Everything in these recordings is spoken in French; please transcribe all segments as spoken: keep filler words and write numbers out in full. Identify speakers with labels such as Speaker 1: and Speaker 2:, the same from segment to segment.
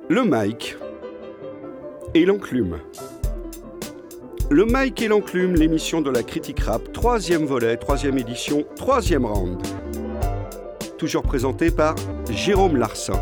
Speaker 1: Le mic et l'enclume. Le mic et l'enclume, l'émission de la critique rap, troisième volet, troisième édition, troisième round. Toujours présenté par Jérôme Larsin.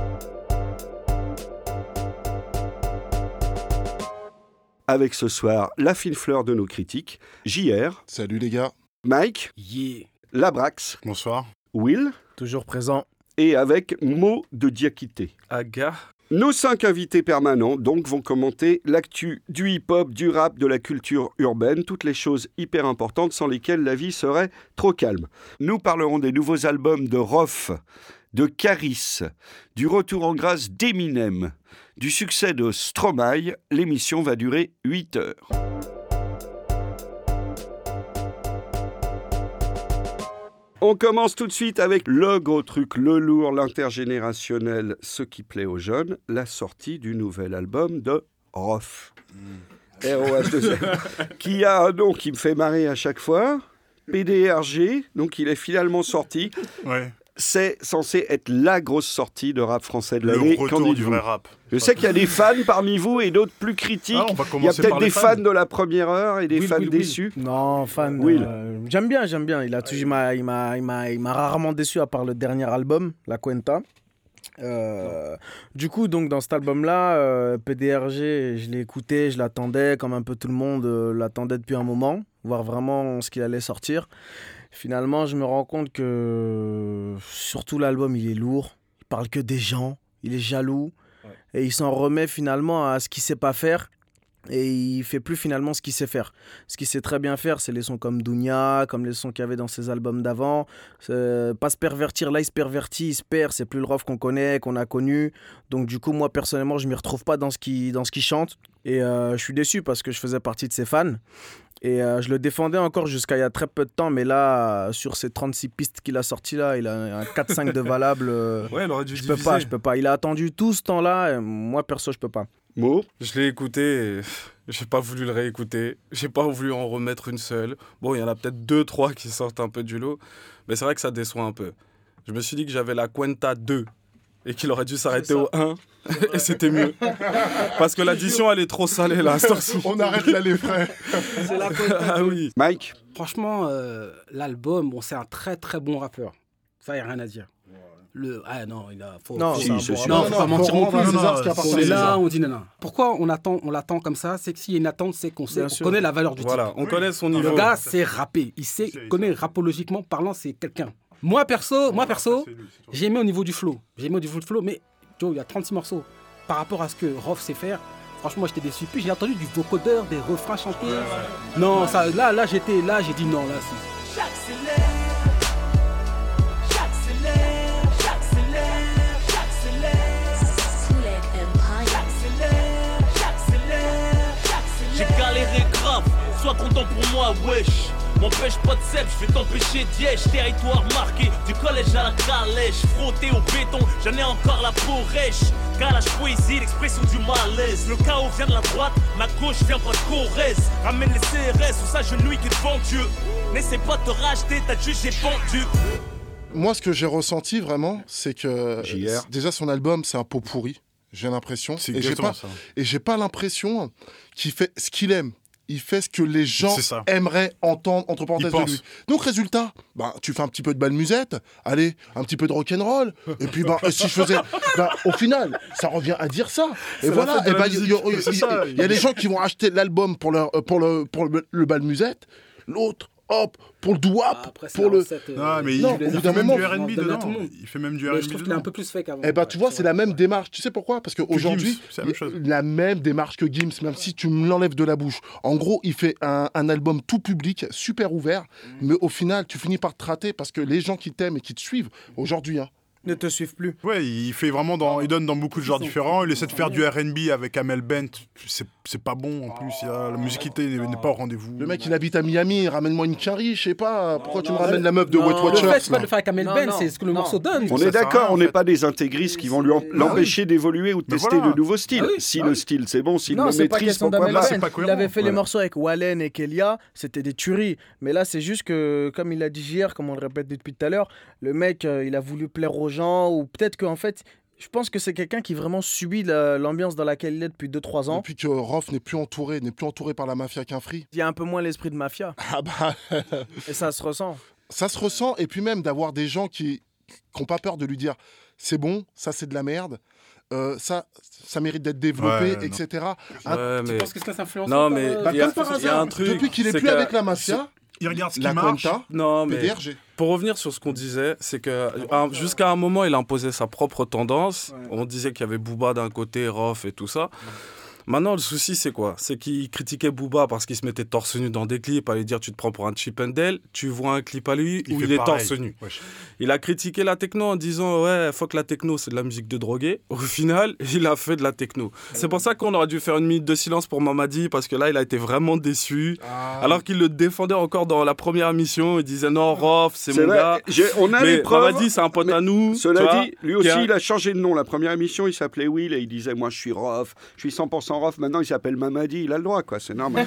Speaker 1: Avec ce soir, la fine fleur de nos critiques, J R.
Speaker 2: Salut les gars.
Speaker 1: Mike.
Speaker 3: Yeah.
Speaker 1: Labrax.
Speaker 2: Bonsoir.
Speaker 1: Will.
Speaker 3: Toujours présent.
Speaker 1: Et avec Mo de Diakité.
Speaker 3: Aga.
Speaker 1: Nos cinq invités permanents donc vont commenter l'actu du hip-hop, du rap, de la culture urbaine, toutes les choses hyper importantes sans lesquelles la vie serait trop calme. Nous parlerons des nouveaux albums de Rof, de Caris, du retour en grâce d'Eminem, du succès de Stromae. L'émission va durer huit heures. On commence tout de suite avec le gros truc, le lourd, l'intergénérationnel, ce qui plaît aux jeunes, la sortie du nouvel album de Rof. Mm. R O H deux R, qui a un nom qui me fait marrer à chaque fois, P D R G, donc il est finalement sorti.
Speaker 2: Ouais.
Speaker 1: C'est censé être la grosse sortie de rap français de l'année.
Speaker 2: Le retour du vrai rap.
Speaker 1: Je sais qu'il y a des fans parmi vous et d'autres plus critiques.
Speaker 2: Ah, on va
Speaker 1: il y a peut-être des fans. fans de la première heure et des
Speaker 3: Will,
Speaker 1: fans
Speaker 3: Will,
Speaker 1: déçus.
Speaker 3: Will. Non, fan.
Speaker 1: Will.
Speaker 3: Euh, j'aime bien, j'aime bien. Il a toujours, il m'a, il m'a, il m'a, il m'a rarement déçu à part le dernier album, La Cuenta. Euh, du coup, donc dans cet album-là, euh, P D R G, je l'ai écouté, je l'attendais, comme un peu tout le monde euh, l'attendait depuis un moment, voir vraiment ce qu'il allait sortir. Finalement, je me rends compte que surtout l'album, il est lourd. Il parle que des gens. Il est jaloux. Ouais. Et il s'en remet finalement à ce qu'il sait pas faire. Et il fait plus finalement ce qu'il sait faire. Ce qu'il sait très bien faire, c'est les sons comme Dounia, comme les sons qu'il y avait dans ses albums d'avant. C'est pas se pervertir. Là, il se pervertit, il se perd. C'est plus le Rof qu'on connaît, qu'on a connu. Donc du coup, moi, personnellement, je m'y retrouve pas dans ce qu'il, dans ce qu'il chante. Et euh, je suis déçu parce que je faisais partie de ses fans. Et euh, je le défendais encore jusqu'à il y a très peu de temps, mais là, sur ces trente-six pistes qu'il a sorties, là, il a un quatre cinq de valable. Euh,
Speaker 2: ouais, il aurait dû
Speaker 3: je
Speaker 2: diviser.
Speaker 3: peux pas, je peux pas. Il a attendu tout ce temps-là, et moi, perso, je peux pas.
Speaker 1: Mo ?
Speaker 4: Je l'ai écouté et j'ai pas voulu le réécouter. J'ai pas voulu en remettre une seule. Bon, il y en a peut-être deux, trois qui sortent un peu du lot, mais c'est vrai que ça déçoit un peu. Je me suis dit que j'avais la Cuenta deux et qu'il aurait dû s'arrêter au un et c'était mieux. Parce que l'addition, elle est trop salée là.
Speaker 2: On arrête là les frais.
Speaker 3: C'est la Cuenta.
Speaker 4: Ah oui.
Speaker 1: Mike ?
Speaker 5: Franchement, euh, l'album, bon, c'est un très très bon rappeur. Ça, il n'y a rien à dire. Le... Ah non, il a... Faut,
Speaker 3: non,
Speaker 5: faut...
Speaker 3: Si,
Speaker 5: non,
Speaker 3: c'est
Speaker 5: bon,
Speaker 3: sûr.
Speaker 5: non, faut
Speaker 2: non,
Speaker 5: pas
Speaker 2: non,
Speaker 5: mentir non plus.
Speaker 2: Non, non,
Speaker 5: on est là, on dit non, non. Pourquoi on, attend, on l'attend comme ça ? C'est que s'il y a une attente, c'est qu'on sait, on connaît la valeur du
Speaker 4: voilà,
Speaker 5: titre.
Speaker 4: On oui. connaît son niveau.
Speaker 5: Le gars sait rapper. Il sait, il connaît rapologiquement parlant, c'est quelqu'un. Moi, perso, moi, perso c'est lui, c'est j'ai aimé au niveau du flow. J'ai aimé au niveau du flow, mais tu vois, il y a trente-six morceaux. Par rapport à ce que Rof sait faire, franchement, moi, j'étais déçu. Puis j'ai entendu du vocodeur, des refrains chantés. Ouais. Non, ça, là, là, j'étais, là, j'ai dit non, là, si. J'accélère.
Speaker 6: Sois content pour moi, wesh. M'empêche pas de sel, je vais t'empêcher d'yèche. Territoire marqué, du collège à la calèche. Frotté au béton, j'en ai encore la peau rêche. Calage poésie, l'expression du malaise. Le chaos vient de la droite, ma gauche vient pas de Corrèze. Ramène les C R S ou sa genouille qui est devant Dieu. N'essaie pas de te racheter, t'as jugé pendu.
Speaker 2: Moi, ce que j'ai ressenti vraiment, c'est que
Speaker 1: J R.
Speaker 2: déjà son album, c'est un pot pourri. J'ai l'impression.
Speaker 4: C'est
Speaker 2: et j'ai pas,
Speaker 4: ça.
Speaker 2: et j'ai pas l'impression qu'il fait ce qu'il aime. Il fait ce que les gens aimeraient entendre, entre parenthèses, de lui. Donc, résultat, bah, tu fais un petit peu de bal-musette, allez, un petit peu de rock'n'roll, et puis, bah, si je faisais... Bah, au final, ça revient à dire ça. Et c'est voilà, il bah, y, y, y, y a des gens qui vont acheter l'album pour, leur, pour, le, pour le, le bal-musette, l'autre, hop, pour le douap, ah, pour le...
Speaker 7: Euh, non, mais il,
Speaker 2: non,
Speaker 7: il, il fait même du R and B dedans. Il fait même du R and B dedans.
Speaker 5: Je trouve qu'il est un peu plus fake avant.
Speaker 2: Eh ben, tu vois, c'est la même démarche. Tu sais pourquoi ? Parce qu'aujourd'hui,
Speaker 7: c'est la même chose.
Speaker 2: La même démarche que Gims, même si tu me l'enlèves de la bouche. En gros, il fait un, un album tout public, super ouvert, mmh. mais au final, tu finis par te rater parce que les gens qui t'aiment et qui te suivent, aujourd'hui, hein,
Speaker 3: ne te suivent plus.
Speaker 7: Ouais, il fait vraiment dans, il donne dans beaucoup de genres différents. Il essaie de faire du R and B avec Amel Bent. C'est, c'est pas bon en plus. Il y a, la musicalité n'est, n'est pas au rendez-vous.
Speaker 2: Le mec, il habite à Miami. Ramène-moi une Carrie, je sais pas. Pourquoi non, tu me ramènes la meuf de Wet Watchers ?
Speaker 5: Le fait, c'est pas de le faire avec Amel Bent, c'est ce que le non. morceau donne.
Speaker 1: On est d'accord, on n'est pas des intégristes qui vont lui en, l'empêcher d'évoluer ou de tester
Speaker 7: voilà.
Speaker 1: de nouveaux styles. Ah oui, si ah le oui. style c'est bon, s'il le maîtrise, pourquoi pas ?
Speaker 3: Il avait fait les morceaux avec Wallen et Kelia, c'était des tueries. Mais là, c'est juste que, comme il a dit J R, comme on le répète depuis tout à l'heure, le mec, il a voulu plaire aux gens ou peut-être qu'en fait, Je pense que c'est quelqu'un qui vraiment subit la, l'ambiance dans laquelle il est depuis deux trois ans.
Speaker 2: Depuis que Rof n'est plus entouré, n'est plus entouré par la mafia qu'un free.
Speaker 3: Il y a un peu moins l'esprit de mafia.
Speaker 2: Ah bah...
Speaker 3: Et ça se ressent.
Speaker 2: Ça se ressent, et puis même d'avoir des gens qui n'ont pas peur de lui dire « c'est bon, ça c'est de la merde ». Euh, ça, ça mérite d'être développé,
Speaker 7: ouais,
Speaker 2: et cetera.
Speaker 4: Ouais,
Speaker 2: Un...
Speaker 4: mais...
Speaker 5: Tu penses que ça s'influence
Speaker 4: Non, mais
Speaker 5: par,
Speaker 2: bah,
Speaker 4: il y,
Speaker 2: y,
Speaker 4: y a un truc.
Speaker 2: Depuis qu'il est, est plus
Speaker 4: que...
Speaker 2: avec la mafia,
Speaker 7: il regarde ce qui
Speaker 2: la
Speaker 7: marche.
Speaker 2: Quenta,
Speaker 4: non, mais
Speaker 2: P D R G.
Speaker 4: Pour revenir sur ce qu'on disait, c'est que un, jusqu'à un moment, il imposait sa propre tendance. Ouais. On disait qu'il y avait Booba d'un côté, Rof et tout ça. Ouais. Maintenant, le souci, c'est quoi? C'est qu'il critiquait Booba parce qu'il se mettait torse nu dans des clips, à lui dire tu te prends pour un Chip and Dale. Tu vois un clip à lui il où il est pareil. torse nu. Wesh. Il a critiqué la techno en disant ouais, fuck la techno, c'est de la musique de drogué. Au final, il a fait de la techno. C'est pour ça qu'on aurait dû faire une minute de silence pour Mamadi, parce que là, il a été vraiment déçu. Ah. Alors qu'il le défendait encore dans la première émission. Il disait non, Rof, c'est, c'est mon vrai. gars.
Speaker 1: J'ai, on a
Speaker 4: mais
Speaker 1: les preuves.
Speaker 4: Mamadi, c'est un pote à nous.
Speaker 1: Cela dit, lui aussi, a... il a changé de nom. La première émission, il s'appelait Will et il disait moi, je suis Rof, je suis cent pour cent Rof. Maintenant, il s'appelle Mamadi, il a le droit, quoi, c'est normal.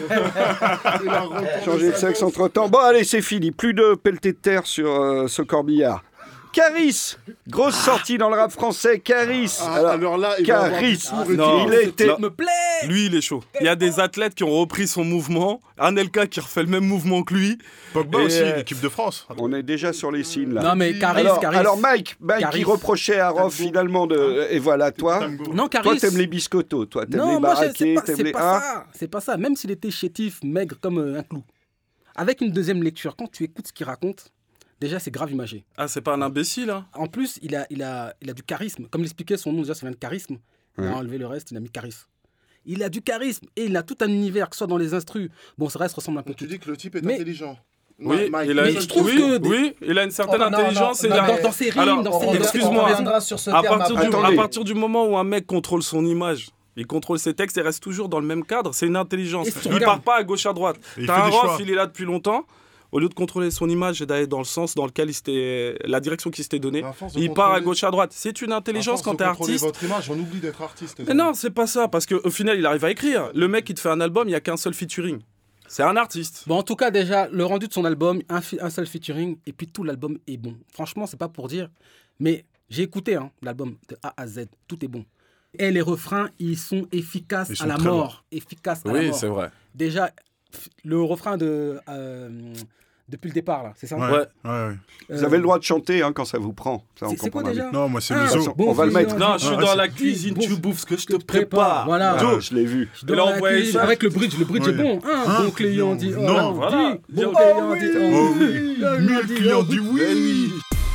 Speaker 1: Il a changé de sexe entre-temps. Bon, allez, c'est fini. Plus de pelleté de terre sur euh, ce corbillard. Caris, grosse ah. sortie dans le rap français. Caris.
Speaker 2: Ah, alors, alors là, il
Speaker 1: Caris,
Speaker 2: ah,
Speaker 4: non,
Speaker 1: il était.
Speaker 5: Non. me plaît.
Speaker 4: Lui, il est chaud. Il y a des athlètes qui ont repris son mouvement. Anelka qui refait le même mouvement que lui.
Speaker 7: Pogba et aussi, euh... l'équipe de France.
Speaker 1: On est déjà sur les signes là.
Speaker 5: Non mais Caris,
Speaker 1: alors,
Speaker 5: Caris.
Speaker 1: alors Mike, Mike
Speaker 5: Caris.
Speaker 1: qui reprochait à Rof finalement de. Et voilà, toi.
Speaker 5: Non, Caris.
Speaker 1: Toi, t'aimes les biscottos. Toi, t'aimes
Speaker 5: non,
Speaker 1: les
Speaker 5: moi,
Speaker 1: baraquets.
Speaker 5: c'est pas,
Speaker 1: t'aimes
Speaker 5: c'est
Speaker 1: les.
Speaker 5: pas
Speaker 1: Hein
Speaker 5: ça. C'est pas ça. Même s'il était chétif, maigre comme euh, un clou. Avec une deuxième lecture, quand tu écoutes ce qu'il raconte. Déjà, c'est grave imagé.
Speaker 4: Ah, c'est pas un imbécile, hein.
Speaker 5: En plus, il a, il, a, il a du charisme. Comme l'expliquait son nom, déjà, ça vient de charisme. Il ouais. a enlevé le reste, il a mis charisme. Il a du charisme et il a tout un univers, que ce soit dans les instrus. Bon, ça reste ressemble un peu.
Speaker 2: Tu dis que le type est
Speaker 5: mais...
Speaker 2: intelligent.
Speaker 4: Oui,
Speaker 2: Mike,
Speaker 4: il a,
Speaker 5: mais je trouve
Speaker 4: oui,
Speaker 5: que des...
Speaker 4: oui, il a une certaine
Speaker 3: oh, non,
Speaker 4: intelligence.
Speaker 3: Non, non,
Speaker 4: et
Speaker 3: non,
Speaker 4: la...
Speaker 3: dans,
Speaker 5: dans ses rimes,
Speaker 4: Alors,
Speaker 5: dans ses...
Speaker 4: excuse-moi,
Speaker 3: on reviendra sur ce
Speaker 4: à,
Speaker 3: terme
Speaker 4: partir du, à partir du moment où un mec contrôle son image, il contrôle ses textes et reste toujours dans le même cadre, c'est une intelligence. Il ne part pas à gauche à droite. T'as un Rof, il est là depuis longtemps. Au lieu de contrôler son image et d'aller dans le sens dans lequel il s'était, la direction qui s'était donnée, il part à gauche à droite. C'est une intelligence quand t'es artiste.
Speaker 2: Votre image, on oublie d'être artiste.
Speaker 4: Mais non, c'est pas ça, parce qu'au final, il arrive à écrire. Le mec qui te fait un album, il n'y a qu'un seul featuring. C'est un artiste.
Speaker 5: Bon, en tout cas, déjà, le rendu de son album, un, fi- un seul featuring, et puis tout l'album est bon. Franchement, c'est pas pour dire, mais j'ai écouté hein, l'album de A à Z, tout est bon. Et les refrains, ils sont efficaces ils sont à la mort. Bons. Efficaces à
Speaker 4: oui,
Speaker 5: la mort.
Speaker 4: Oui, c'est vrai.
Speaker 5: Déjà, le refrain de... Euh, depuis le départ, là, c'est ça?
Speaker 7: Ouais, ouais, ouais.
Speaker 1: Vous avez le droit de chanter hein, quand ça vous prend. Ça,
Speaker 5: c'est, c'est quoi déjà?
Speaker 7: Non, moi c'est
Speaker 5: ah,
Speaker 7: le zoo.
Speaker 1: Bon, on va le mettre.
Speaker 4: Non, je suis
Speaker 7: ah,
Speaker 4: dans
Speaker 7: c'est...
Speaker 4: la cuisine, tu bouffes ce que je te
Speaker 5: prépare.
Speaker 4: prépare.
Speaker 5: Voilà.
Speaker 1: Ah, je l'ai vu.
Speaker 5: Je la cuisine, avec le bridge, le bridge oui. est bon. Hein, hein bon client dit oh,
Speaker 7: non,
Speaker 4: voilà.
Speaker 5: Bon
Speaker 4: oh,
Speaker 5: client
Speaker 4: oui.
Speaker 5: dit oh, oui.
Speaker 7: Mille clients dit oui.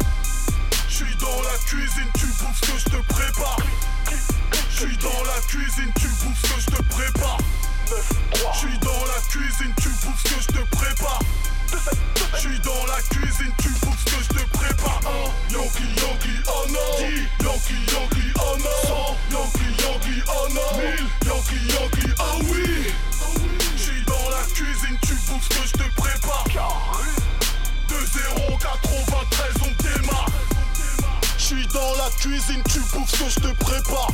Speaker 8: Je suis dans la cuisine, tu bouffes ce que je te prépare. Je suis dans la cuisine, tu bouffes ce que je te prépare. Je suis dans la cuisine, tu bouffes ce que je te prépare. Je suis dans la cuisine, tu bouffes ce que je te prépare. Un Yankee, Yankee, oh non. Yankee, Yankee, oh non. Yankee, Yankee, oh non. Mille Yankee, Yankee, oh oui. Je suis dans la cuisine, tu bouffes ce que je te prépare. deux zéro quatre-vingt-treize, on démarre. Je suis dans la cuisine, tu bouffes ce que je te prépare.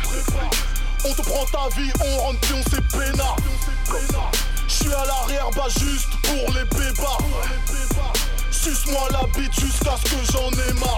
Speaker 8: On te prend ta vie, on rentre pion, c'est peinard. J'suis à l'arrière, bah juste pour les bébas. Suce-moi la bite jusqu'à ce que j'en ai marre.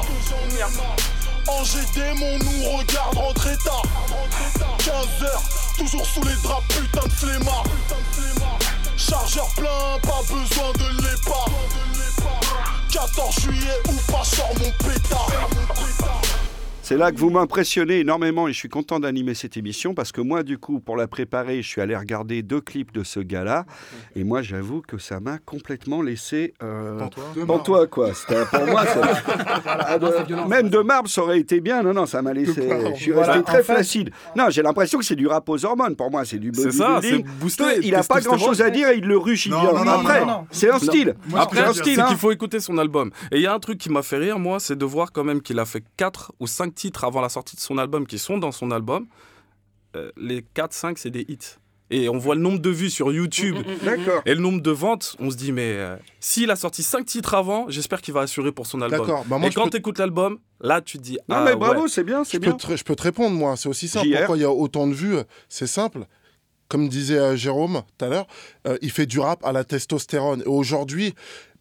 Speaker 8: En G D, mon nous regarde rentrer tard. quinze heures, toujours sous les draps, putain de flemmard. Chargeur plein, pas besoin de l'épa. quatorze juillet ou pas, sors mon pétard.
Speaker 1: C'est là que vous m'impressionnez énormément et je suis content d'animer cette émission parce que moi, du coup, pour la préparer, je suis allé regarder deux clips de ce gars-là et moi, j'avoue que ça m'a complètement laissé euh, pantois, quoi. C'était, pour moi, c'est... ah, de... même de marbre, ça aurait été bien. Non, non, ça m'a laissé... Je suis resté très flaccide. Non, j'ai l'impression que c'est du rap aux hormones. Pour moi, c'est du bodybuilding.
Speaker 4: C'est ça, c'est boosté.
Speaker 1: Il n'a pas grand-chose à dire et il le rushie bien.
Speaker 7: Non, non,
Speaker 1: Après,
Speaker 7: non, non.
Speaker 1: c'est un style.
Speaker 4: Moi, Après,
Speaker 1: c'est un
Speaker 4: style,
Speaker 1: style.
Speaker 4: c'est
Speaker 1: hein.
Speaker 4: qu'il faut écouter son album. Et il y a un truc qui m'a fait rire, moi, c'est de voir quand même qu'il a fait quatre ou cinq titres avant la sortie de son album qui sont dans son album. Euh, les quatre cinq, c'est des hits. Et on voit le nombre de vues sur YouTube
Speaker 1: D'accord.
Speaker 4: et le nombre de ventes. On se dit, mais euh, s'il a sorti cinq titres avant, j'espère qu'il va assurer pour son album.
Speaker 2: D'accord. Bah moi,
Speaker 4: et quand
Speaker 2: peux...
Speaker 4: tu écoutes l'album, là, tu te dis,
Speaker 1: non,
Speaker 4: ah,
Speaker 1: mais bravo,
Speaker 4: ouais.
Speaker 1: c'est bien, c'est
Speaker 2: je
Speaker 1: bien.
Speaker 2: Peux te, je peux te répondre, moi. C'est aussi simple.
Speaker 1: J R.
Speaker 2: Pourquoi il y a autant de vues? C'est simple. Comme disait euh, Jérôme tout à l'heure, euh, il fait du rap à la testostérone. Et aujourd'hui,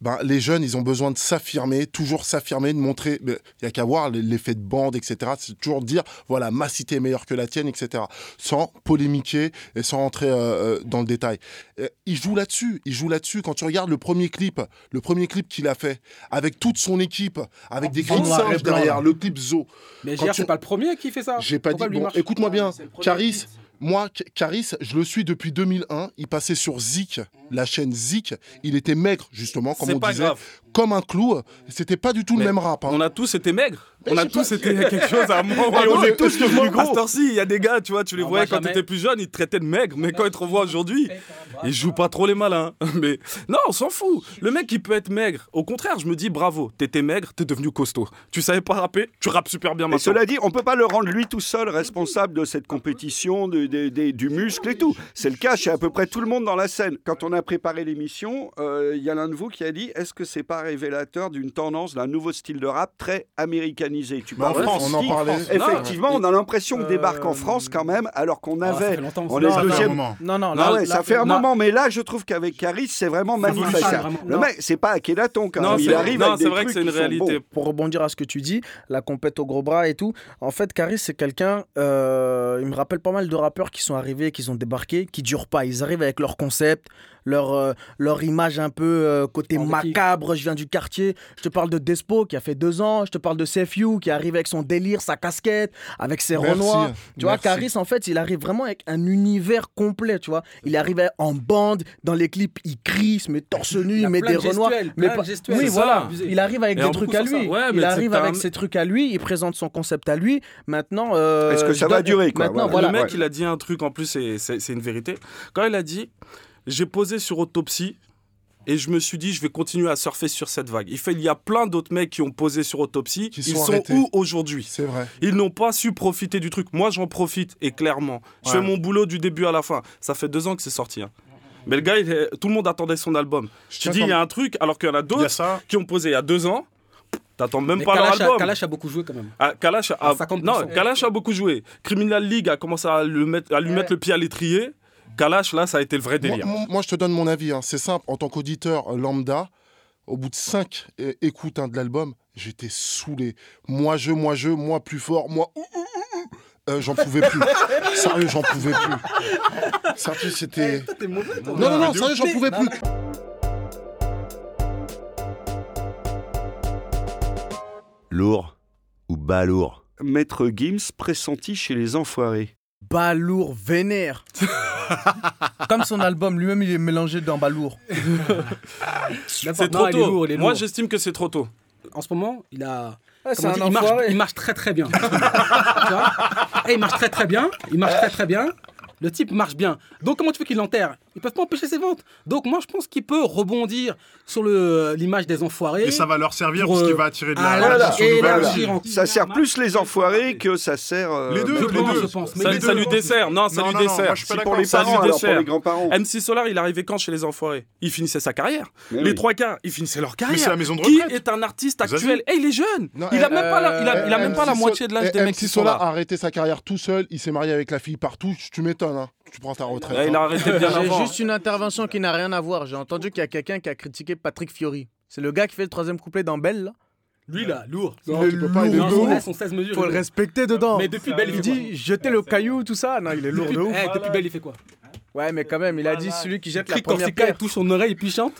Speaker 2: ben, les jeunes, ils ont besoin de s'affirmer, toujours s'affirmer, de montrer. Il n'y a qu'à voir l'effet de bande, et cetera. C'est toujours dire, voilà, ma cité est meilleure que la tienne, et cetera. Sans polémiquer et sans rentrer euh, dans le détail. Euh, il joue là-dessus. Il joue là-dessus. Quand tu regardes le premier clip, le premier clip qu'il a fait, avec toute son équipe, avec des cris de singes derrière, le clip Zo.
Speaker 5: Mais G R, tu... c'est pas le premier qui fait ça.
Speaker 2: J'ai pas Pourquoi dit. Bon, écoute-moi bien, Caris. Moi, Caris, je le suis depuis deux mille un. Il passait sur Zik, la chaîne Zik. Il était maigre, justement, comme
Speaker 4: c'est
Speaker 2: on
Speaker 4: pas
Speaker 2: disait,
Speaker 4: grave.
Speaker 2: Comme un clou. C'était pas du tout
Speaker 4: mais
Speaker 2: le même rap. Hein.
Speaker 4: On a tous été maigres. Mais on a tous pas... été quelque chose à un moment.
Speaker 2: Ah, on est tous devenus gros.
Speaker 4: À cette heure-ci, il y a des gars, tu vois, tu les
Speaker 5: on
Speaker 4: voyais quand
Speaker 5: jamais...
Speaker 4: t'étais plus jeune, ils te traitaient de maigre. Mais quand ils te revoient aujourd'hui, ils jouent pas trop les malins. Mais non, on s'en fout. Le mec, il peut être maigre. Au contraire, je me dis bravo. T'étais maigre, t'es devenu costaud. Tu savais pas rapper, tu rappes super bien maintenant.
Speaker 1: Et cela dit, on peut pas le rendre lui tout seul responsable de cette compétition, de, de, de, du muscle et tout. C'est le cas chez à peu près tout le monde dans la scène. Quand on a préparé l'émission, il euh, y a l'un de vous qui a dit, est-ce que c'est pas révélateur d'une tendance, d'un nouveau style de rap très américanisé? Tu
Speaker 2: bah,
Speaker 1: parles
Speaker 2: en France, on en parlait.
Speaker 1: Effectivement, non, on a l'impression qu'on débarque en France quand même, alors qu'on avait...
Speaker 5: Ah,
Speaker 1: on est le deuxième...
Speaker 5: Non, non,
Speaker 1: non
Speaker 5: là,
Speaker 1: ouais,
Speaker 5: là,
Speaker 1: ça fait
Speaker 5: là,
Speaker 1: un
Speaker 5: là,
Speaker 1: moment, mais là, je trouve qu'avec Caris, c'est vraiment magnifique. Le mec, c'est pas Akhenaton quand
Speaker 4: non,
Speaker 1: même. Il arrive
Speaker 4: non,
Speaker 1: avec
Speaker 4: c'est
Speaker 1: des
Speaker 4: vrai
Speaker 1: trucs
Speaker 4: que c'est une réalité.
Speaker 3: Pour rebondir à ce que tu dis, la compète au gros bras et tout, en fait, Caris, c'est quelqu'un, euh, il me rappelle pas mal de rappeurs qui sont arrivés, qui sont débarqués, qui durent pas. Ils arrivent avec leur concept, leur, euh, leur image un peu euh, côté oh, macabre, je viens du quartier. Je te parle de Despo qui a fait deux ans, je te parle de C F U qui arrive avec son délire, sa casquette, avec ses renois. Tu vois, Caris, en fait, il arrive vraiment avec un univers complet, tu vois. Il arrive en bande, dans les clips, il crie, il se met torse nu, il met des renois. Mais pas... Oui, voilà. Il arrive avec et des trucs à lui. Ouais, il arrive avec un... ses trucs à lui, il présente son concept à lui. Maintenant, euh,
Speaker 1: est-ce que ça va durer quoi?
Speaker 3: Maintenant,
Speaker 4: voilà.
Speaker 3: voilà.
Speaker 4: Le mec, ouais. il a dit un truc en plus, c'est, c'est, c'est une vérité. Quand il a dit, j'ai posé sur Autopsie. Et je me suis dit, je vais continuer à surfer sur cette vague. Il fait, il y a plein d'autres mecs qui ont posé sur Autopsie. Qui Ils sont, sont où aujourd'hui?
Speaker 2: C'est vrai.
Speaker 4: Ils n'ont pas su profiter du truc. Moi, j'en profite, et clairement. Je ouais. fais mon boulot du début à la fin. Ça fait deux ans que c'est sorti. Hein. Mais le gars, il est... tout le monde attendait son album. Je te dis, il y a un truc, alors qu'il y en a d'autres a qui ont posé il y a deux ans. T'attends même
Speaker 5: mais
Speaker 4: pas
Speaker 5: Kalash
Speaker 4: leur album.
Speaker 5: A, Kalash a beaucoup joué quand même.
Speaker 4: Ah, Kalash a, a... Non, Kalash a beaucoup joué. Criminal League a commencé à, le mettre, à lui ouais. mettre le pied à l'étrier. Kalash, là, ça a été le vrai délire.
Speaker 2: Moi, moi je te donne mon avis. Hein. C'est simple. En tant qu'auditeur lambda, au bout de cinq é- écoutes hein, de l'album, j'étais saoulé. Moi, je, moi, je, moi, plus fort, moi... Ouh, ouh, ouh. Euh, j'en pouvais plus. Sérieux, j'en pouvais plus. Sérieux, c'était...
Speaker 5: T'es mauvais, toi.
Speaker 2: Non, non, non, sérieux, j'en pouvais plus.
Speaker 9: Lourd ou balourd?
Speaker 1: Maître Gims pressenti chez les Enfoirés.
Speaker 3: Balourd vénère. Comme son album, lui-même, il est mélangé dans Balourd.
Speaker 4: C'est non, trop tôt. Lourd, Moi, lourd. j'estime que c'est trop tôt.
Speaker 5: En ce moment, il a...
Speaker 3: Ah,
Speaker 5: dit, il, marche, il marche très très bien. Tu vois Et il marche très très bien. Il marche très très bien. Le type marche bien. Donc, comment tu veux qu'il l'enterre? Ils peuvent pas empêcher ses ventes. Donc, moi, je pense qu'il peut rebondir sur le, l'image des Enfoirés.
Speaker 7: Et ça va leur servir parce
Speaker 5: euh,
Speaker 7: qu'il va attirer de la...
Speaker 5: Ah, voilà. Et
Speaker 1: voilà. Ça sert plus les Enfoirés que ça sert... Euh,
Speaker 7: les deux, les deux.
Speaker 5: Je pense.
Speaker 4: Ça,
Speaker 5: les
Speaker 4: ça
Speaker 5: deux.
Speaker 4: lui dessert. Non, ça
Speaker 7: non,
Speaker 4: lui
Speaker 7: non,
Speaker 4: dessert.
Speaker 7: Non, moi, je suis pas
Speaker 1: c'est pour les
Speaker 4: ça
Speaker 1: parents,
Speaker 4: lui
Speaker 1: alors, pour les grands-parents.
Speaker 4: M C Solar, il arrivait quand chez les Enfoirés? Il finissait sa carrière. Mais les oui. trois quarts, ils finissaient leur carrière.
Speaker 7: Mais c'est la maison de
Speaker 4: retraite. Qui est un artiste actuel? Et il est jeune. Non, il a même pas la, il a, il a même pas la moitié de l'âge des mecs qui sont là.
Speaker 2: M C Solar a arrêté sa carrière tout seul. Il s'est marié avec la fille partout. Tu m'étonnes, hein. Tu prends ta retraite.
Speaker 4: Il a arrêté bien avant.
Speaker 3: J'ai juste une intervention qui n'a rien à voir. J'ai entendu qu'il y a quelqu'un qui a critiqué Patrick Fiori. C'est le gars qui fait le troisième couplet dans Belle, là.
Speaker 5: Lui, là, lourd.
Speaker 2: Non, tu peux pas, il est
Speaker 5: lourd. Son seize mesures.
Speaker 3: Faut le respecter dedans.
Speaker 5: Mais depuis Belle,
Speaker 3: il dit jeter le caillou, tout ça. Non, il est lourd de ouf.
Speaker 5: Eh, depuis Belle, il fait quoi?
Speaker 3: Ouais, mais quand même, il a dit celui qui jette la
Speaker 5: première
Speaker 3: première
Speaker 5: pierre.
Speaker 3: pierre.
Speaker 5: Il touche son oreille et puis chante.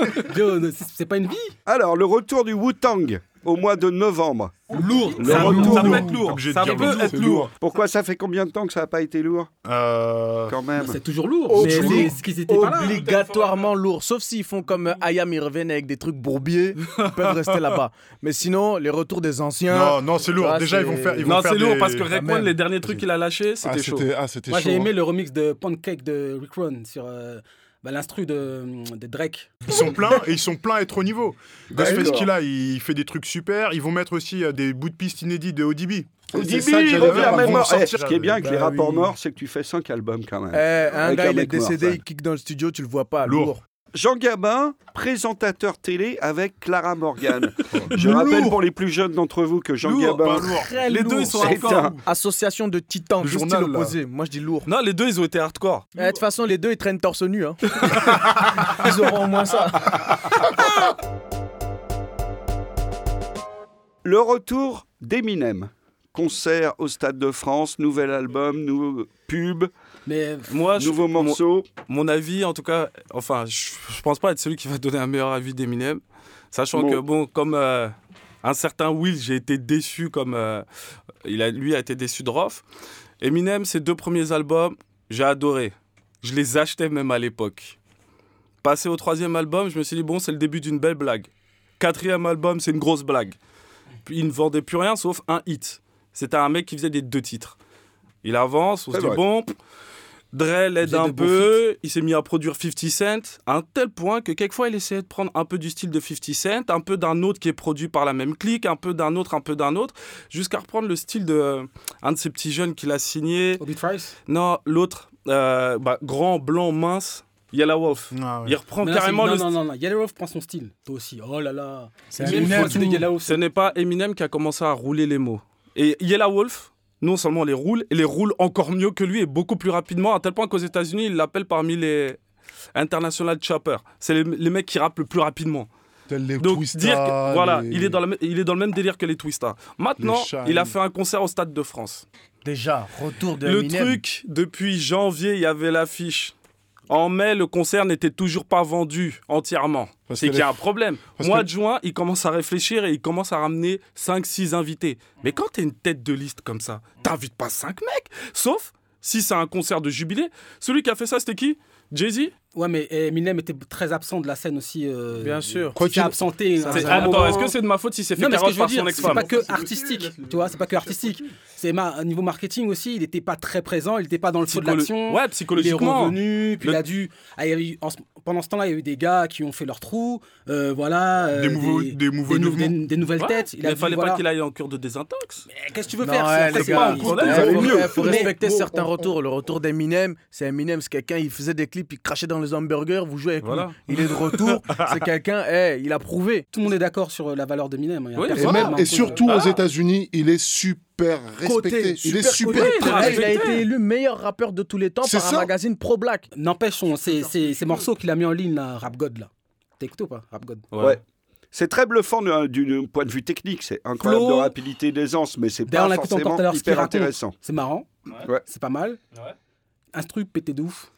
Speaker 5: C'est pas une vie.
Speaker 1: Alors, le retour du Wu-Tang au mois de novembre.
Speaker 4: Lourd.
Speaker 1: Le
Speaker 4: ça,
Speaker 1: retour,
Speaker 4: ça peut être lourd. Ça peut
Speaker 1: lourd.
Speaker 4: être lourd.
Speaker 1: Pourquoi ça fait combien de temps que ça n'a pas été lourd?
Speaker 7: Euh...
Speaker 1: Quand même.
Speaker 5: C'est toujours lourd.
Speaker 3: Oh,
Speaker 5: mais
Speaker 3: les,
Speaker 5: ce qu'ils étaient pas là.
Speaker 3: Obligatoirement lourd. Sauf s'ils font comme Ayam, ils reviennent avec des trucs bourbiers, ils peuvent rester là-bas. Mais sinon, les retours des anciens.
Speaker 7: Non, non, c'est lourd.
Speaker 3: Là,
Speaker 7: Déjà,
Speaker 3: c'est...
Speaker 7: ils vont faire. Ils vont
Speaker 4: non,
Speaker 7: faire
Speaker 4: c'est lourd
Speaker 7: des...
Speaker 4: parce que Rick One, les derniers trucs qu'il a lâchés, c'était,
Speaker 2: ah,
Speaker 4: chaud.
Speaker 2: C'était, ah, c'était
Speaker 5: Moi,
Speaker 2: chaud.
Speaker 5: j'ai aimé
Speaker 2: hein.
Speaker 5: le remix de Pancake de Rick One sur. Euh... Bah, l'instru de, de Drake.
Speaker 7: Ils sont pleins et ils sont pleins à être au niveau. Ghostface Killah, il fait des trucs super. Ils vont mettre aussi euh, des bouts de pistes inédits de O D B.
Speaker 1: O D B, il revient même mort. Eh, ce qui est bien avec bah les rapports oui. morts, c'est que tu fais cinq albums quand même.
Speaker 3: Eh, un gars, il est décédé, mort, il kick dans le studio, tu le vois pas. Lourd. lourd.
Speaker 1: Jean Gabin, présentateur télé avec Clara Morgan. Je rappelle pour les plus jeunes d'entre vous que Jean
Speaker 4: lourd,
Speaker 1: Gabin...
Speaker 4: Très les lourd. deux, ils sont hardcore.
Speaker 1: Un...
Speaker 3: Association de titans, juste style opposé. Moi, je dis lourd.
Speaker 4: Non, les deux, ils ont été hardcore.
Speaker 3: De toute façon, les deux, ils traînent torse nu. Hein. Ils auront au moins ça.
Speaker 1: Le retour d'Eminem. Concert au Stade de France, nouvel album, nouveau pub,
Speaker 5: Mais
Speaker 4: Moi, je-
Speaker 1: nouveaux morceaux.
Speaker 4: Mon avis, en tout cas, enfin, je, je pense pas être celui qui va donner un meilleur avis d'Eminem, sachant
Speaker 1: Bon.
Speaker 4: que bon, comme euh, un certain Will, j'ai été déçu, comme euh, il a, lui a été déçu de Roth. Eminem, ses deux premiers albums, j'ai adoré. Je les achetais même à l'époque. Passé au troisième album, je me suis dit bon, c'est le début d'une belle blague. Quatrième album, c'est une grosse blague. Puis il ne vendait plus rien sauf un hit. C'était un mec qui faisait des deux titres. Il avance, on
Speaker 1: C'est
Speaker 4: se dit
Speaker 1: vrai.
Speaker 4: bon. Dre l'aide
Speaker 5: faisait
Speaker 4: un
Speaker 5: de bons
Speaker 4: peu, il s'est mis à produire cinquante Cent, à un tel point que quelquefois il essayait de prendre un peu du style de cinquante Cent, un peu d'un autre qui est produit par la même clique, un peu d'un autre, un peu d'un autre, jusqu'à reprendre le style de euh, un de ces petits jeunes qu'il a signé.
Speaker 5: Obi Trice.
Speaker 4: Non, l'autre, euh, bah, grand, blanc, mince, Yellow Wolf.
Speaker 7: Ah ouais.
Speaker 4: Il reprend
Speaker 5: Mais non,
Speaker 4: carrément
Speaker 5: c'est-
Speaker 4: le
Speaker 5: non,
Speaker 4: style.
Speaker 5: non, non, non. Yellow Wolf prend son style. Toi aussi. Oh là là.
Speaker 3: C'est
Speaker 5: Eminem,
Speaker 3: Eminem,
Speaker 5: faut de Yellow Wolf.
Speaker 4: Ce n'est pas Eminem qui a commencé à rouler les mots. Et Yellow Wolf, non seulement les roule, et les roule encore mieux que lui et beaucoup plus rapidement, à tel point qu'aux États-Unis, ils l'appellent parmi les International Choppers. C'est les, les mecs qui rappent le plus rapidement.
Speaker 2: Tels les
Speaker 4: Donc,
Speaker 2: Twista,
Speaker 4: dire que, voilà,
Speaker 2: les-
Speaker 4: il est, dans la, il est dans le même délire que les Twista. Maintenant,
Speaker 2: Les Shine.
Speaker 4: il a fait un concert au Stade de France.
Speaker 3: Déjà, retour de
Speaker 4: Le
Speaker 3: Eminem.
Speaker 4: truc, depuis janvier, il y avait l'affiche. En mai, le concert n'était toujours pas vendu entièrement.
Speaker 2: Parce
Speaker 4: C'est
Speaker 2: que
Speaker 4: qu'il y a
Speaker 2: les-
Speaker 4: un problème.
Speaker 2: parce
Speaker 4: Mois
Speaker 2: que-
Speaker 4: de juin, il commence à réfléchir et il commence à ramener cinq six invités. Mais quand t'es une tête de liste comme ça, t'invites pas cinq mecs. Sauf si c'est un concert de jubilé. Celui qui a fait ça, c'était qui ? Jay-Z ?
Speaker 5: Ouais, mais Eminem était très absent de la scène aussi. euh,
Speaker 3: Bien sûr.
Speaker 5: Quoi
Speaker 2: Quoi
Speaker 5: qu'il
Speaker 2: qu'il-
Speaker 5: a absenté.
Speaker 3: Ça,
Speaker 5: un
Speaker 3: c'est-
Speaker 5: grand
Speaker 4: Attends,
Speaker 5: moment.
Speaker 4: est-ce que c'est de ma faute si c'est fait
Speaker 5: Non, mais ce que
Speaker 4: carotte
Speaker 5: je veux
Speaker 4: par son
Speaker 5: dire, c'est
Speaker 4: ex-femme ?
Speaker 5: pas que artistique, tu vois, c'est pas que artistique. C'est ma- au niveau marketing aussi, il n'était pas très présent, il n'était pas dans le feu de
Speaker 4: Psycholo-
Speaker 5: l'action.
Speaker 4: Ouais,
Speaker 5: Il est
Speaker 4: psychologiquement.
Speaker 5: revenu, puis
Speaker 4: Le-
Speaker 5: il a dû. Ah, il y avait eu- en ce- pendant ce temps-là, il y a eu des gars qui ont fait leur trou, euh, voilà. euh,
Speaker 7: Des nouveaux- des nouveaux
Speaker 5: nou-
Speaker 7: mouvements.
Speaker 5: des- des nouvelles
Speaker 4: Ouais,
Speaker 5: têtes. Il
Speaker 4: mais
Speaker 5: a
Speaker 4: il fallait
Speaker 5: dû,
Speaker 4: pas
Speaker 5: voilà.
Speaker 4: qu'il aille en cure de désintox.
Speaker 5: Mais Qu'est-ce que tu veux
Speaker 3: Non,
Speaker 5: faire
Speaker 3: ouais,
Speaker 5: c'est-
Speaker 3: les
Speaker 5: c'est
Speaker 3: gars,
Speaker 5: pas un
Speaker 3: il
Speaker 5: problème.
Speaker 3: faut,
Speaker 1: ça allait
Speaker 3: faut-
Speaker 1: mieux.
Speaker 3: faut
Speaker 5: Mais-
Speaker 3: respecter
Speaker 5: bon,
Speaker 3: certains
Speaker 5: on- on-
Speaker 3: retours. Le retour d'Eminem, c'est Eminem, c'est quelqu'un, il faisait des clips, il crachait dans les hamburgers, vous jouez avec
Speaker 4: Voilà.
Speaker 3: lui. Il est de retour, c'est quelqu'un, hey, il a prouvé.
Speaker 5: Tout le monde est d'accord sur euh, la valeur d'Eminem. Il y a
Speaker 4: Oui,
Speaker 5: personne
Speaker 2: Et,
Speaker 5: qui
Speaker 2: même,
Speaker 5: remet un
Speaker 2: et
Speaker 5: peu-
Speaker 2: surtout
Speaker 4: Ah.
Speaker 2: aux États-Unis, il est super respecté. il est super
Speaker 3: coté.
Speaker 4: très
Speaker 3: Il a
Speaker 4: respecté.
Speaker 3: été élu meilleur rappeur de tous les temps
Speaker 2: C'est
Speaker 3: par un
Speaker 2: ça.
Speaker 3: magazine Pro Black.
Speaker 5: N'empêche, son- ces, ces, ces morceaux qu'il a mis en ligne, là, Rap God, là. T'as écouté ou pas, Rap God?
Speaker 1: Ouais. C'est très bluffant d'un du point de vue technique, c'est incroyable
Speaker 5: Flow.
Speaker 1: de rapidité, d'aisance, mais c'est
Speaker 5: D'ailleurs,
Speaker 1: pas
Speaker 5: on écoute encore
Speaker 1: forcément
Speaker 5: tout à l'heure ce qu'il
Speaker 1: hyper
Speaker 5: raconte.
Speaker 1: intéressant.
Speaker 5: C'est marrant.
Speaker 1: Ouais.
Speaker 5: C'est pas mal.
Speaker 4: Ouais.
Speaker 5: Instru pété de ouf.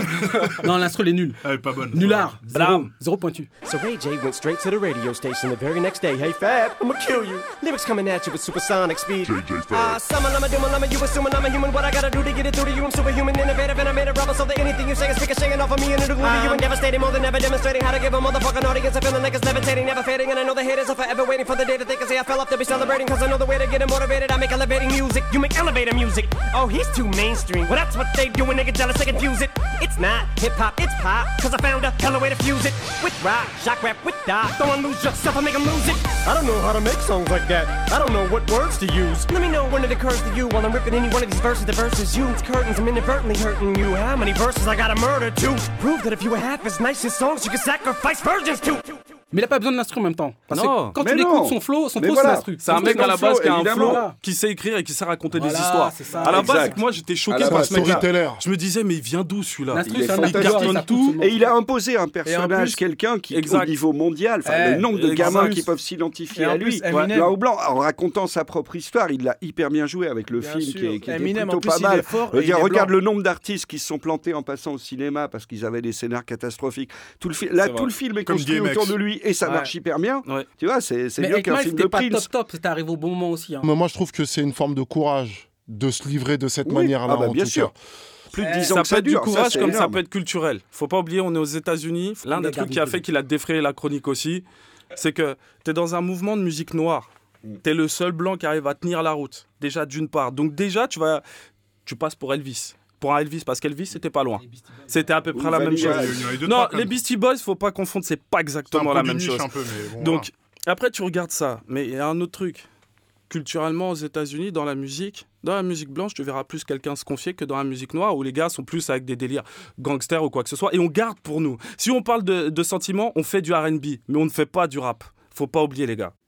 Speaker 5: Non, l'instru, elle est nulle.
Speaker 7: Elle est pas bonne.
Speaker 5: Nullard. Zéro,
Speaker 4: Blam.
Speaker 5: zéro pointu.
Speaker 10: So Ray J went straight to the radio station the very next day. Hey Fab, I'ma kill you. Lyrics coming at you with supersonic speed. Ah, summon, I'm a doom, I'm a you assuming I'm a human. What I gotta do to get it through to you? I'm superhuman, innovative, and I made a rubber so that anything you say is ricocheting off of me and it'll glue to you and devastating more than ever, demonstrating how to give a motherfucking audience a feeling like it's levitating, never fading. And I know the haters are forever waiting for the day that they can say I fell off to be celebrating. Cause I know the way to get it motivated. I make elevating music. You make elevator music. Oh, he's too mainstream. Well, that's what they do when they get jealous, they confuse it. It's not hip hop, it's pop. Cause I found a hella way to fuse it. With rock, shock rap, with dot. Don't wanna lose yourself, I make them lose it. I don't know how to make songs like that. I don't know what words to use. Let me know when it occurs to you while I'm ripping any one of these verses. The verses you, it's curtains, I'm inadvertently hurting you. How many verses I gotta murder to prove that if you were half as nice as songs, you could sacrifice virgins to?
Speaker 5: Mais il a pas besoin de l'instru en même temps. Parce
Speaker 4: Non,
Speaker 5: que quand
Speaker 1: mais
Speaker 5: tu
Speaker 1: non.
Speaker 5: l'écoutes, son flow, son
Speaker 1: Mais
Speaker 5: flow,
Speaker 1: voilà.
Speaker 5: c'est l'instru.
Speaker 4: C'est un
Speaker 1: Son
Speaker 4: mec à la
Speaker 1: flow,
Speaker 4: base qui a un
Speaker 1: évidemment.
Speaker 4: flow, qui sait écrire et qui sait raconter
Speaker 5: Voilà,
Speaker 4: des histoires.
Speaker 5: c'est ça.
Speaker 4: À la base,
Speaker 1: Exact.
Speaker 4: moi j'étais choqué
Speaker 1: À la
Speaker 4: par
Speaker 1: base,
Speaker 4: ce mec-là.
Speaker 2: storyteller.
Speaker 4: Je me disais, mais il vient d'où celui-là
Speaker 5: L'instru,
Speaker 1: Il est
Speaker 5: c'est un
Speaker 1: fantastique.
Speaker 5: acteur,
Speaker 4: Il
Speaker 5: ça
Speaker 4: cartonne
Speaker 5: coûte
Speaker 4: tout.
Speaker 5: seulement.
Speaker 1: Et il a imposé un personnage,
Speaker 3: plus-
Speaker 1: quelqu'un qui,
Speaker 4: Exact.
Speaker 1: au niveau mondial, enfin,
Speaker 3: Eh,
Speaker 1: le nombre de
Speaker 4: exact.
Speaker 1: gamins qui peuvent s'identifier
Speaker 3: Et en
Speaker 1: à lui,
Speaker 3: plus, Eminem-
Speaker 1: noir ou blanc, en racontant sa propre histoire, il l'a hyper bien joué avec le
Speaker 3: Bien
Speaker 1: film
Speaker 3: sûr.
Speaker 1: qui, est, qui était
Speaker 3: Eminem,
Speaker 1: plutôt
Speaker 3: en plus,
Speaker 1: pas
Speaker 3: il
Speaker 1: mal.
Speaker 3: est fort
Speaker 1: Je veux
Speaker 3: et
Speaker 1: dire,
Speaker 3: il est
Speaker 1: regarde
Speaker 3: blanc.
Speaker 1: le nombre d'artistes qui se sont plantés en passant au cinéma parce qu'ils avaient des scénars catastrophiques. Tout le, fi- là,
Speaker 4: C'est
Speaker 1: tout
Speaker 4: vrai.
Speaker 1: le film est
Speaker 7: Comme
Speaker 1: construit
Speaker 7: D M X.
Speaker 1: autour de lui et ça
Speaker 3: Ouais.
Speaker 1: marche hyper bien.
Speaker 4: Ouais.
Speaker 1: Tu vois, c'est c'est
Speaker 5: Mais
Speaker 1: mieux
Speaker 5: avec
Speaker 1: qu'un
Speaker 5: Miles,
Speaker 1: film de
Speaker 5: c'était pas
Speaker 1: Prince.
Speaker 5: top top, c'était arrivé au bon moment aussi. hein.
Speaker 2: Mais moi, je trouve que c'est une forme de courage de se livrer de cette
Speaker 1: Oui.
Speaker 2: manière-là.
Speaker 1: Ah bah,
Speaker 2: en
Speaker 1: bien
Speaker 2: tout
Speaker 1: sûr.
Speaker 2: cas.
Speaker 1: Plus de
Speaker 3: Eh,
Speaker 1: dix ans
Speaker 4: Ça
Speaker 1: que
Speaker 4: peut
Speaker 1: ça
Speaker 4: être du
Speaker 1: dure.
Speaker 4: courage
Speaker 1: c'est
Speaker 4: comme ça
Speaker 1: énorme.
Speaker 4: peut être culturel. Faut pas oublier, on est aux États-Unis. L'un des
Speaker 5: Les
Speaker 4: trucs
Speaker 5: gars,
Speaker 4: qui a
Speaker 5: vous
Speaker 4: fait qu'il a défrayé la chronique aussi, c'est que tu es dans un mouvement de musique noire.
Speaker 1: Mm.
Speaker 4: Tu es le seul blanc qui arrive à tenir la route. Déjà, d'une part. Donc, déjà, tu vas, tu passes pour Elvis. Pour un Elvis, parce qu'Elvis, c'était pas loin. C'était à peu près
Speaker 1: Ou
Speaker 4: la même
Speaker 1: Vanilla
Speaker 4: chose.
Speaker 1: Ice.
Speaker 7: Il y en a eu deux,
Speaker 4: Non,
Speaker 7: trois, quand
Speaker 4: les
Speaker 7: même.
Speaker 4: Beastie Boys, faut pas confondre, c'est pas
Speaker 7: C'est un
Speaker 4: exactement
Speaker 7: peu
Speaker 4: la
Speaker 7: du
Speaker 4: même
Speaker 7: niche
Speaker 4: chose.
Speaker 7: un peu, mais bon,
Speaker 4: Donc, après, tu regardes ça. Mais il y a un autre truc. Culturellement, aux États-Unis, dans la musique, dans la musique blanche, tu verras plus quelqu'un se confier que dans la musique noire où les gars sont plus avec des délires gangsters ou quoi que ce soit. Et on garde pour nous. Si on parle de, de sentiments, on fait du R and B, mais on ne fait pas du rap. Faut pas oublier, les gars.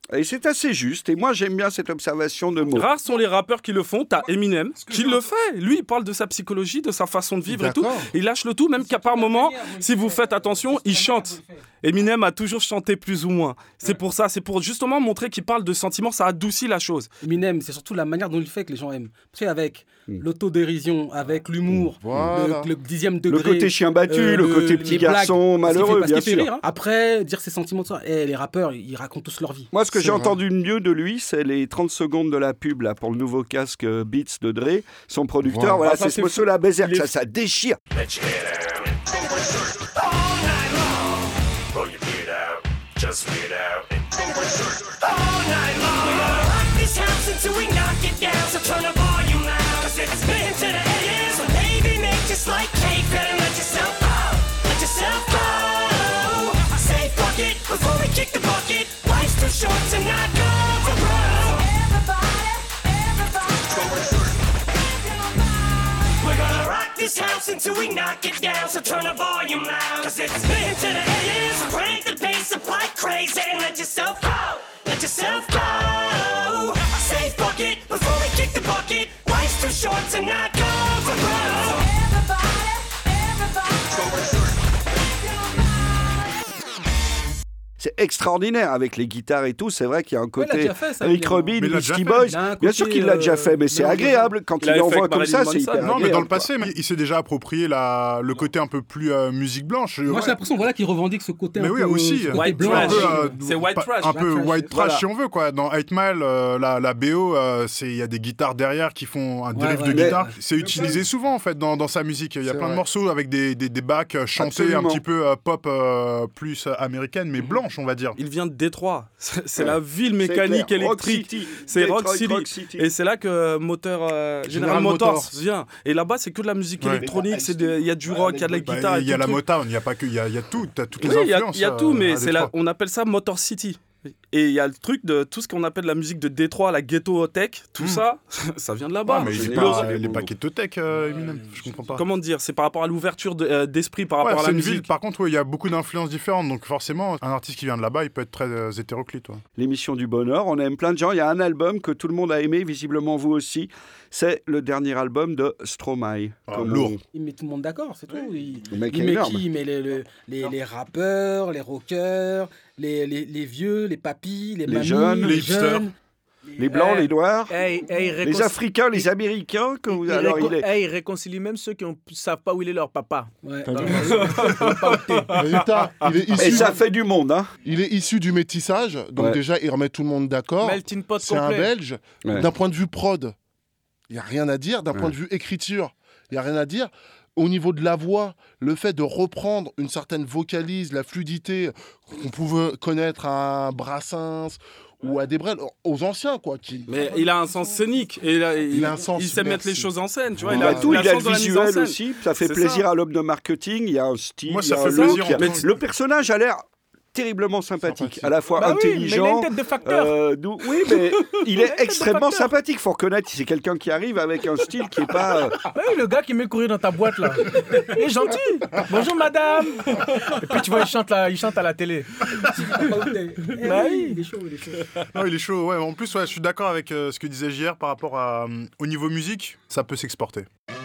Speaker 1: Et c'est assez juste. Et moi, j'aime bien cette observation de mots.
Speaker 4: Rares sont les rappeurs qui le font. T'as Eminem qui le fait. Lui, il parle de sa psychologie, de sa façon de vivre D'accord. et tout. Il lâche le tout, même qu'à par moment, si vous faites attention, il chante. Eminem a toujours chanté plus ou moins. C'est pour ça, c'est pour justement montrer qu'il parle de sentiments, ça adoucit la chose.
Speaker 5: Eminem, c'est surtout la manière dont il fait que les gens aiment. Tu sais, avec mm. l'autodérision, avec l'humour, voilà. le, le dixième degré.
Speaker 1: Le côté chien battu, euh, le, le côté petit garçon blagues, malheureux, bien sûr.
Speaker 5: Rire, hein. Après, dire ses sentiments, ça. Et les rappeurs, ils racontent tous leur vie.
Speaker 1: Moi, ce que
Speaker 5: c'est
Speaker 1: j'ai
Speaker 5: vrai.
Speaker 1: entendu mieux de lui, c'est les trente secondes de la pub là, pour le nouveau casque Beats de Dre. Son producteur, voilà, voilà ah, c'est ce morceau-là, Berserk, ça, ça déchire.
Speaker 8: Just read out all night long. We're gonna rock this house until we knock it down. So turn the volume loud, cause it's been to the ears. So baby, make just like cake and let yourself go. Let yourself go. Say fuck it before we kick the bucket. Life's too short to not go for broke. Everybody, everybody. We're gonna rock this house until we knock it down. So turn the volume loud, cause it's been to the ears. So crank the bass up like crazy and let yourself go. Let yourself go. Say fuck it before we kick the bucket. Life's too short to not go for broke. Everybody, everybody.
Speaker 1: C'est extraordinaire avec les guitares et tout. C'est vrai qu'il y a un côté
Speaker 5: fait,
Speaker 1: Rick Rubin, Beastie Boys. Bien sûr qu'il l'a
Speaker 5: euh,
Speaker 1: déjà fait, mais c'est agréable quand il, il l'envoie comme ça. C'est hyper
Speaker 7: non,
Speaker 1: agréable,
Speaker 7: mais dans le
Speaker 1: quoi.
Speaker 7: passé, il s'est déjà approprié la, le côté un peu plus euh, musique blanche.
Speaker 5: Moi,
Speaker 7: ouais.
Speaker 5: j'ai l'impression voilà, qu'il revendique ce côté
Speaker 7: mais
Speaker 5: un
Speaker 7: oui,
Speaker 5: peu
Speaker 7: aussi.
Speaker 5: côté
Speaker 4: White
Speaker 5: blanc.
Speaker 4: trash.
Speaker 7: Euh,
Speaker 4: c'est white trash.
Speaker 7: Un peu
Speaker 4: white
Speaker 7: white
Speaker 4: trash,
Speaker 7: trash, si on veut, quoi. Dans eight mile, euh, la, la B O, euh, il y a des guitares derrière qui font un drift
Speaker 5: ouais,
Speaker 7: de
Speaker 5: mais...
Speaker 7: guitare. C'est utilisé souvent, en fait, dans, dans sa musique. Il y a plein
Speaker 1: vrai.
Speaker 7: de morceaux avec des, des, des backs chantés
Speaker 1: Absolument.
Speaker 7: un petit peu euh, pop euh, plus américaine, mais blanche, on va dire.
Speaker 4: Il vient de Détroit. C'est, c'est
Speaker 1: ouais.
Speaker 4: la ville mécanique
Speaker 1: clair.
Speaker 4: électrique.
Speaker 1: Rock City.
Speaker 4: C'est
Speaker 1: Detroit,
Speaker 4: Rock City.
Speaker 1: Rock City.
Speaker 4: Et c'est là que moteur, euh, General,
Speaker 7: General
Speaker 4: Motors,
Speaker 7: Motors
Speaker 4: vient. Et là-bas, c'est que de la musique
Speaker 7: Ouais.
Speaker 4: électronique. Il y a du rock, il y a de la
Speaker 7: Bah,
Speaker 4: guitare.
Speaker 7: Il y a
Speaker 4: tout
Speaker 7: la
Speaker 4: truc.
Speaker 7: Motown, il n'y a pas que, il y a, il y a tout, tu as toutes les
Speaker 4: Oui, il y a,
Speaker 7: influences.
Speaker 4: il y a tout, mais
Speaker 7: à
Speaker 4: c'est la,
Speaker 7: Détroit.
Speaker 4: on appelle ça Motor City. Et il y a le truc de tout ce qu'on appelle la musique de Détroit, la ghetto tech, tout
Speaker 7: Mm.
Speaker 4: ça, ça vient de là-bas.
Speaker 7: Ouais, mais il est
Speaker 1: Le-
Speaker 7: pas, il est pas ghetto tech, euh, Eminem, je comprends pas.
Speaker 4: Comment dire, c'est par rapport à l'ouverture de, euh, d'esprit, par
Speaker 7: Ouais,
Speaker 4: rapport à
Speaker 7: c'est
Speaker 4: la
Speaker 7: une
Speaker 4: musique.
Speaker 7: ville, par contre, ouais, il y a beaucoup d'influences différentes, donc forcément, un artiste qui vient de là-bas, il peut être très euh, hétéroclite. Ouais.
Speaker 1: L'émission du bonheur, on aime plein de gens. Il y a un album que tout le monde a aimé, visiblement vous aussi. C'est le dernier album de Stromae.
Speaker 7: Ah,
Speaker 1: Comme
Speaker 7: lourd.
Speaker 1: on-
Speaker 5: Il met tout le monde d'accord, c'est tout. Il,
Speaker 1: Le mec
Speaker 5: il
Speaker 1: est
Speaker 5: met
Speaker 1: énorme.
Speaker 5: qui Il met les, les, les, les rappeurs, les rockers, les, les, les vieux, les papis, les,
Speaker 1: Les
Speaker 5: mamies,
Speaker 1: jeunes,
Speaker 5: les
Speaker 7: les hipsters.
Speaker 5: jeunes.
Speaker 1: Les blancs,
Speaker 3: Eh,
Speaker 1: les noirs,
Speaker 3: Hey, hey,
Speaker 1: les
Speaker 3: réconci-
Speaker 1: Africains, les Américains. Que vous...
Speaker 3: il,
Speaker 1: Alors,
Speaker 3: réco-
Speaker 1: il est...
Speaker 3: hey, il réconcilie même ceux qui ne savent pas où il est leur papa.
Speaker 5: Ouais.
Speaker 2: T'as
Speaker 3: Dans
Speaker 2: vu
Speaker 3: le- pas opté.
Speaker 2: Résultat, il est
Speaker 1: Et
Speaker 2: issu,
Speaker 1: ça fait du monde, hein.
Speaker 2: il est issu du métissage, donc
Speaker 1: Ouais.
Speaker 2: déjà il remet tout le monde d'accord.
Speaker 3: Melting pot
Speaker 2: C'est un
Speaker 3: complet.
Speaker 2: Belge.
Speaker 1: Ouais.
Speaker 2: D'un point de vue prod, il n'y a rien à dire. D'un
Speaker 1: Ouais.
Speaker 2: point de vue écriture, il n'y a rien à dire. Au niveau de la voix, le fait de reprendre une certaine vocalise, la fluidité qu'on pouvait connaître à un Brassens ou à des Brel, aux anciens, quoi. Qui...
Speaker 4: Mais il a un sens scénique et il, a, il,
Speaker 2: Il a un sens,
Speaker 4: il sait
Speaker 2: merci.
Speaker 4: mettre les choses en scène, tu vois.
Speaker 1: Il,
Speaker 4: Il,
Speaker 1: a
Speaker 4: a
Speaker 1: tout,
Speaker 4: il a
Speaker 1: il a
Speaker 4: le
Speaker 1: le
Speaker 4: sens de la mise en
Speaker 1: visuel
Speaker 4: scène.
Speaker 1: aussi, ça fait
Speaker 4: C'est
Speaker 1: plaisir
Speaker 4: ça.
Speaker 1: à l'homme de marketing, il y a un style,
Speaker 7: Moi,
Speaker 1: il y
Speaker 7: ça
Speaker 1: a
Speaker 7: fait
Speaker 1: un
Speaker 7: plaisir,
Speaker 1: look.
Speaker 7: en
Speaker 1: Mais
Speaker 7: plus.
Speaker 1: le personnage a l'air terriblement sympathique,
Speaker 2: Sympathique.
Speaker 1: à la fois
Speaker 3: Bah oui, mais il a
Speaker 1: intelligent.
Speaker 3: une tête de facteur.
Speaker 1: euh, dou- oui, mais il est
Speaker 3: tête de
Speaker 1: extrêmement
Speaker 3: facteur.
Speaker 1: sympathique. Faut reconnaître, c'est quelqu'un qui arrive avec un style qui est pas. euh,
Speaker 3: Ah oui, le gars qui met courir dans ta boîte là. Il est gentil. Bonjour madame. Et puis tu vois, il chante, là, il chante à la télé. Bah oui.
Speaker 5: Il est chaud, il est chaud.
Speaker 7: Non, il est chaud, ouais. En plus, ouais, je suis d'accord avec euh, ce que disait J R par rapport à, euh, au niveau musique, ça peut s'exporter.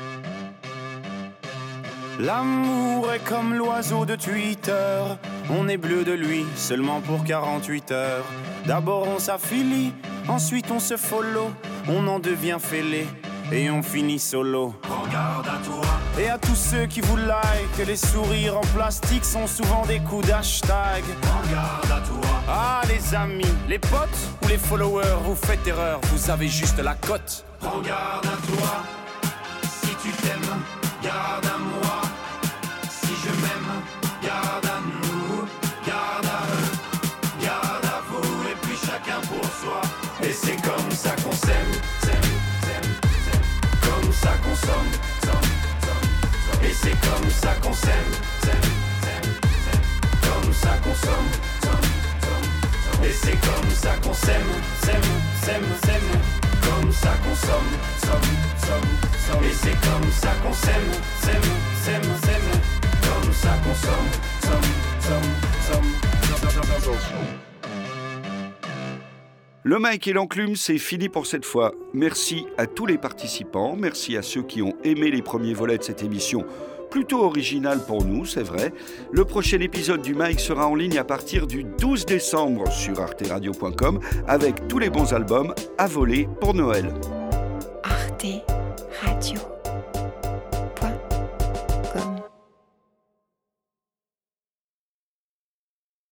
Speaker 11: L'amour est comme l'oiseau de Twitter. On est bleu de lui seulement pour quarante-huit heures. D'abord on s'affilie, ensuite on se follow. On en devient fêlé et on finit solo. Prends garde à toi. Et à tous ceux qui vous like, les sourires en plastique sont souvent des coups d'hashtag. Prends garde à toi. Ah les amis, les potes ou les followers, vous faites erreur, vous avez juste la cote. Prends garde à toi. Si tu t'aimes, garde à moi. Si je m'aime, garde à nous, garde à eux, garde à vous, et puis chacun pour soi. Et c'est comme ça qu'on s'aime, s'aime, s'aime, s'aime. Comme ça qu'on somme, somme, somme, somme. Et c'est comme ça qu'on s'aime, s'aime, s'aime, s'aime. Comme ça qu'on somme, somme, somme, somme. Et c'est comme ça qu'on s'aime, s'aime, s'aime, s'aime. Comme ça qu'on somme, somme, somme, somme. Et c'est comme ça qu'on s'aime, s'aime, s'aime, s'aime. Comme ça qu'on somme, somme, somme, somme, somme, somme, somme, somme.
Speaker 1: Le Mike et l'enclume, c'est fini pour cette fois. Merci à tous les participants, merci à ceux qui ont aimé les premiers volets de cette émission. Plutôt original pour nous, c'est vrai. Le prochain épisode du Mike sera en ligne à partir du douze décembre sur arte radio point com avec tous les bons albums à voler pour Noël.
Speaker 12: Arte Radio.